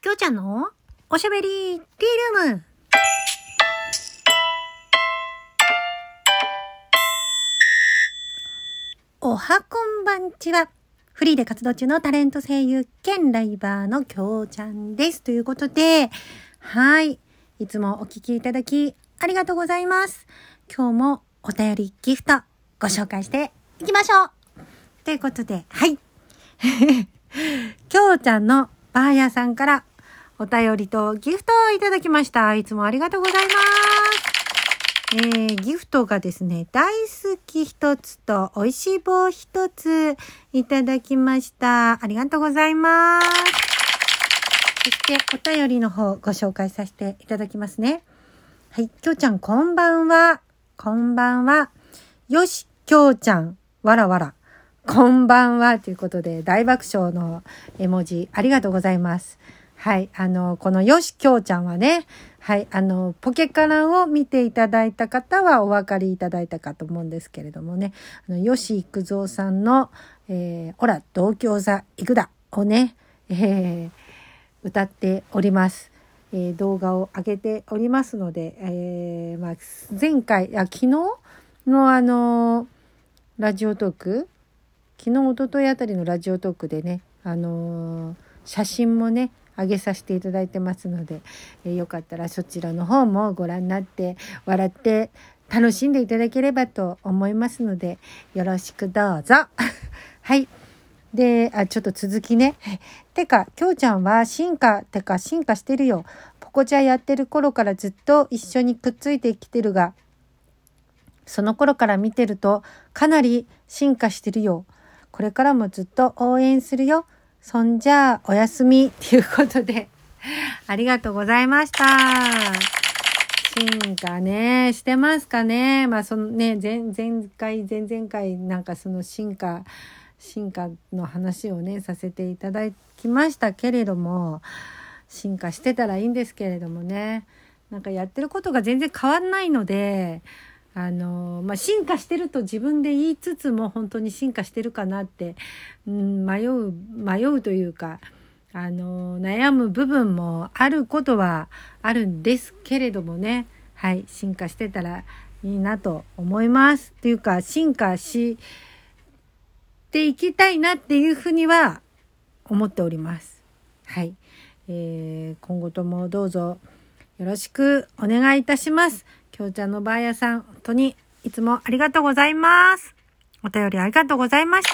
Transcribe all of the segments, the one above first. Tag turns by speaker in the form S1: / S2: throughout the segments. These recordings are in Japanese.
S1: きょうちゃんのおしゃべりティールーム。おはこんばんちは。フリーで活動中のタレント声優兼ライバーのきょうちゃんです。ということで、はい。いつもお聞きいただきありがとうございます。今日もお便りギフトご紹介していきましょう。ということで、はい。きょうちゃんのバーヤさんからお便りとギフトをいただきました。いつもありがとうございます。ギフトがですね、大好き一つと美味しい棒一ついただきました。ありがとうございます。そしてお便りの方ご紹介させていただきますね。はい、きょうちゃんこんばんは。こんばんは。よし、きょうちゃん、わらわら。こんばんは。ということで、大爆笑の絵文字ありがとうございます。はい、このよしきょうちゃんはね、はい、ポケカラを見ていただいた方はお分かりいただいたかと思うんですけれどもね、吉幾三さんの、オラ、同郷座行くだをね、歌っております。動画を上げておりますので、前回、昨日のラジオトーク、昨日、一昨日あたりのラジオトークでね、写真もね、上げさせていただいてますので、よかったらそちらの方もご覧になって笑って楽しんでいただければと思いますので、よろしくどうぞ。はい。で、ちょっと続きね。てか、きょうちゃんは進化してるよ。ポコチャやってる頃からずっと一緒にくっついてきてるが、その頃から見てるとかなり進化してるよ。これからもずっと応援するよ。そんじゃあおやすみっていうことでありがとうございました。進化ねしてますかね。そのね、前々回なんかその進化の話をねさせていただきましたけれども、進化してたらいいんですけれどもね、なんかやってることが全然変わんないので、進化してると自分で言いつつも本当に進化してるかなって、迷うというか、悩む部分もあることはあるんですけれどもね、はい、進化してたらいいなと思います。というか、進化していきたいなっていうふうには思っております。はい、今後ともどうぞよろしくお願いいたします。きょうちゃんのバーヤさん、本当にいつもありがとうございます。お便りありがとうございました。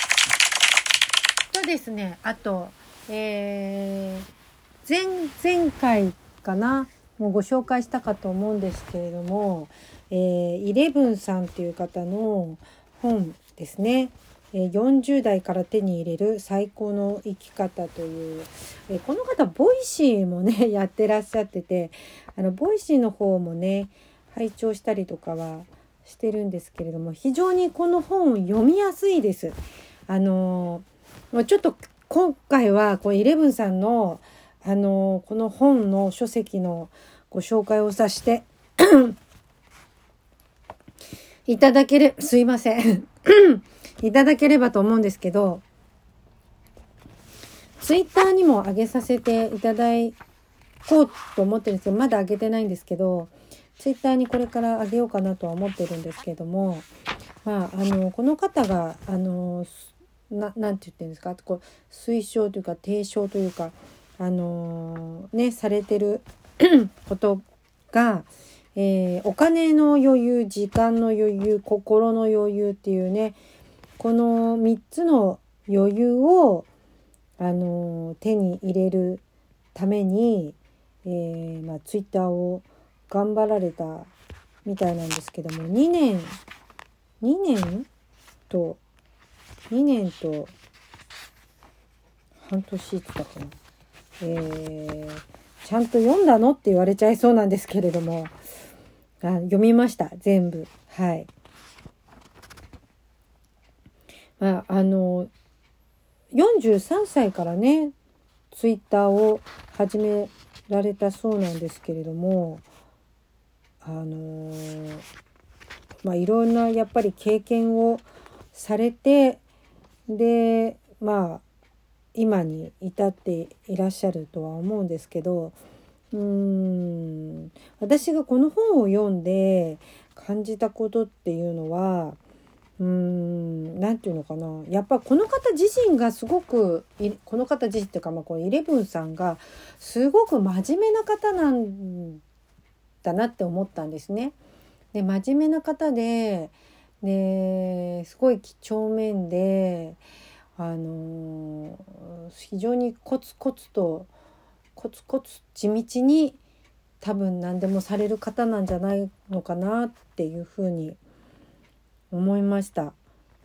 S1: とですね、あと、前回かな、もうご紹介したかと思うんですけれども、イレブンさんっていう方の本ですね。40代から手に入れる最高の生き方という、この方ボイシーもねやってらっしゃってて、ボイシーの方もね拝聴したりとかはしてるんですけれども、非常にこの本読みやすいです。ちょっと今回はこうイレブンさんのこの本の書籍のご紹介をさせていただけれすいませんいただければと思うんですけど、ツイッターにも上げさせていただこうと思ってるんですけど、まだ上げてないんですけど、ツイッターにこれから上げようかなとは思ってるんですけども、この方がなんて言ってるんですか、こう推奨というか提唱というかされてることが、お金の余裕、時間の余裕、心の余裕っていうね、この3つの余裕を手に入れるために、ツイッターを頑張られたみたいなんですけども、2年と半年って言ったかな、ちゃんと読んだのって言われちゃいそうなんですけれども、読みました全部。はい。43歳からねツイッターを始められたそうなんですけれども、いろんなやっぱり経験をされて、で今に至っていらっしゃるとは思うんですけど、私がこの本を読んで感じたことっていうのは、なんていうのかな、やっぱこの方自身がすごく、この方自身っていうか、このイレブンさんがすごく真面目な方なんだなって思ったんですね。で、真面目な方で、すごい几帳面で、非常にコツコツ地道に多分何でもされる方なんじゃないのかなっていうふうに思いました。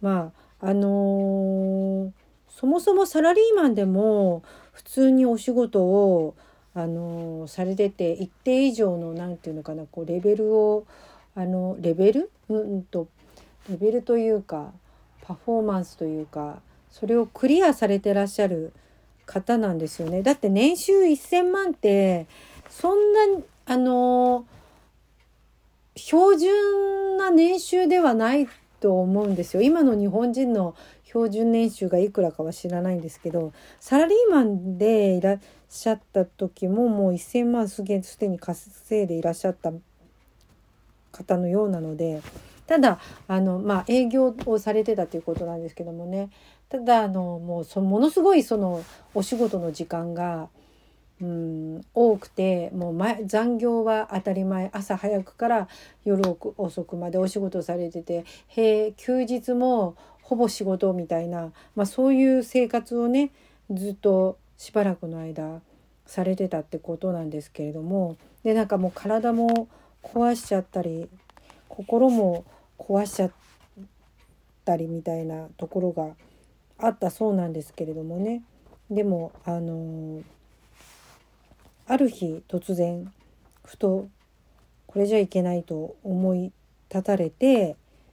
S1: そもそもサラリーマンでも普通にお仕事をされてて、一定以上のなんていうのかな、こうレベルをレベルというかパフォーマンスというか、それをクリアされてらっしゃる方なんですよね。だって年収1000万ってそんな標準な年収ではないと思うんですよ。今の日本人の標準年収がいくらかは知らないんですけど、サラリーマンでいらっしゃった時ももう1000万すでに稼いでいらっしゃった方のようなので、ただ営業をされてたということなんですけどもね、ただものすごいそのお仕事の時間が多くて、もう残業は当たり前、朝早くから夜遅くまでお仕事されてて、休日もほぼ仕事みたいな、そういう生活をねずっとしばらくの間されてたってことなんですけれども、でなんかもう体も壊しちゃったり心も壊しちゃったりみたいなところがあったそうなんですけれどもね。でもある日突然ふとこれじゃいけないと思い立たれて、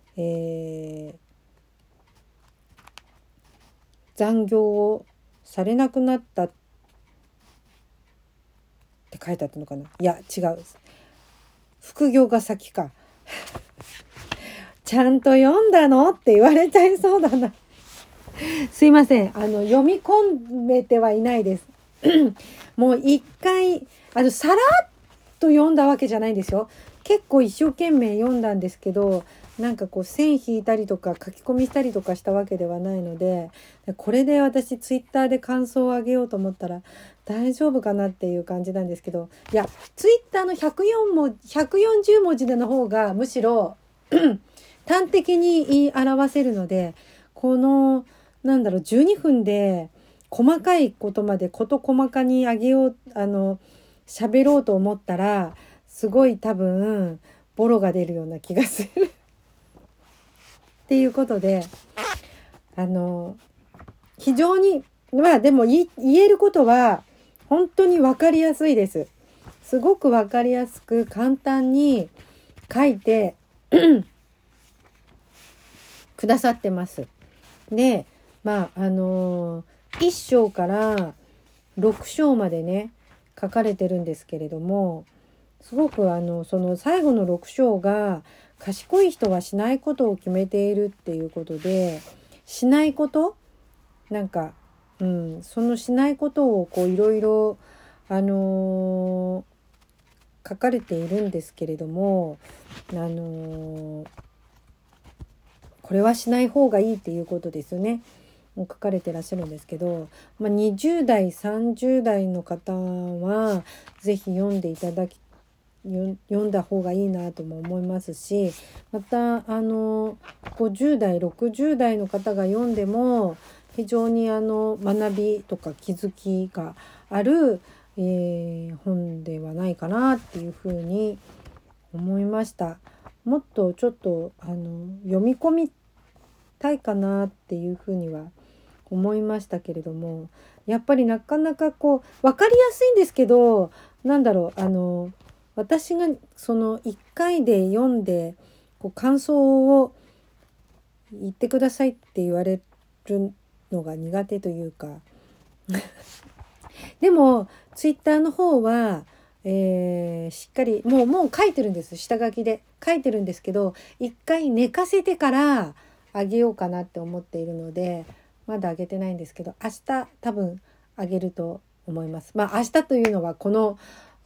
S1: 残業をされなくなったって書いてあったのかな。いや違う、副業が先かちゃんと読んだのって言われちゃいそうだなすいません、読み込めてはいないですもう一回さらっと読んだわけじゃないんですよ。結構一生懸命読んだんですけど、なんかこう線引いたりとか書き込みしたりとかしたわけではないので、これで私ツイッターで感想をあげようと思ったら大丈夫かなっていう感じなんですけど、いやツイッターの140文字での方がむしろ端的に言い表せるので、この12分で細かいことまで事細かにあげよう喋ろうと思ったらすごい多分ボロが出るような気がするっていうことで、非常にでも言えることは本当に分かりやすいです。すごく分かりやすく簡単に書いてくださってます。で1章から6章までね書かれてるんですけれども、すごくその最後の6章が賢い人はしないことを決めているっていうことで、しないことそのしないことをこういろいろ書かれているんですけれども、これはしない方がいいっていうことですよね。書かれてらっしゃるんですけど、20代30代の方はぜひ読んだ方がいいなとも思いますし、また50代60代の方が読んでも非常に学びとか気づきがある、本ではないかなっていうふうに思いました。もっとちょっと読み込みたいかなっていうふうには思いましたけれども、やっぱりなかなかこう分かりやすいんですけど、私がその1回で読んでこう感想を言ってくださいって言われるのが苦手というかでもツイッターの方は、しっかりもう書いてるんです。下書きで書いてるんですけど、1回寝かせてからあげようかなって思っているので、 まだ上げてないんですけど、明日多分上げると思います。明日というのはこの、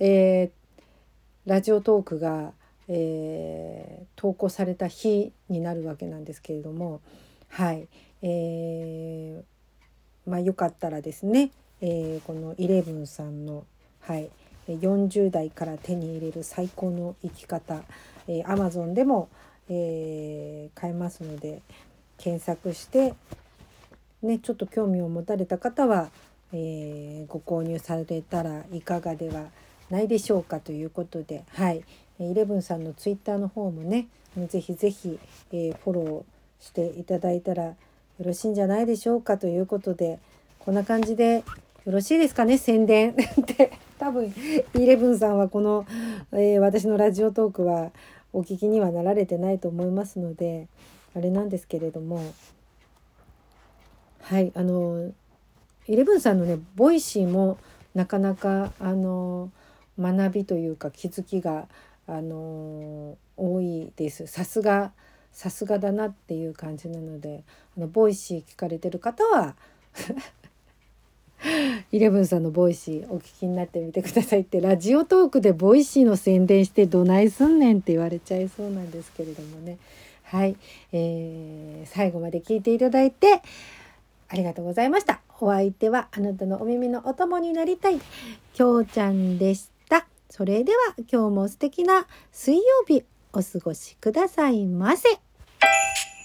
S1: ラジオトークが、投稿された日になるわけなんですけれども、はい、よかったらですね、このイレブンさんの、はい、40代から手に入れる最高の生き方、Amazon でも、買えますので、検索してね、ちょっと興味を持たれた方は、ご購入されたらいかがではないでしょうかということで、はい、イレブンさんのツイッターの方もね、ぜひぜひ、フォローしていただいたらよろしいんじゃないでしょうかということで、こんな感じでよろしいですかね、宣伝って多分イレブンさんはこの、私のラジオトークはお聞きにはなられてないと思いますのであれなんですけれども、はい、イレブンさんのねボイシーもなかなか学びというか気づきが多いです。さすがだなっていう感じなので、ボイシー聞かれてる方はイレブンさんのボイシーお聞きになってみてくださいって、ラジオトークでボイシーの宣伝してどないすんねんって言われちゃいそうなんですけれどもね。はい、最後まで聞いていただいてありがとうございました。お相手はあなたのお耳のお供になりたいきょうちゃんでした。それでは今日も素敵な水曜日お過ごしくださいませ。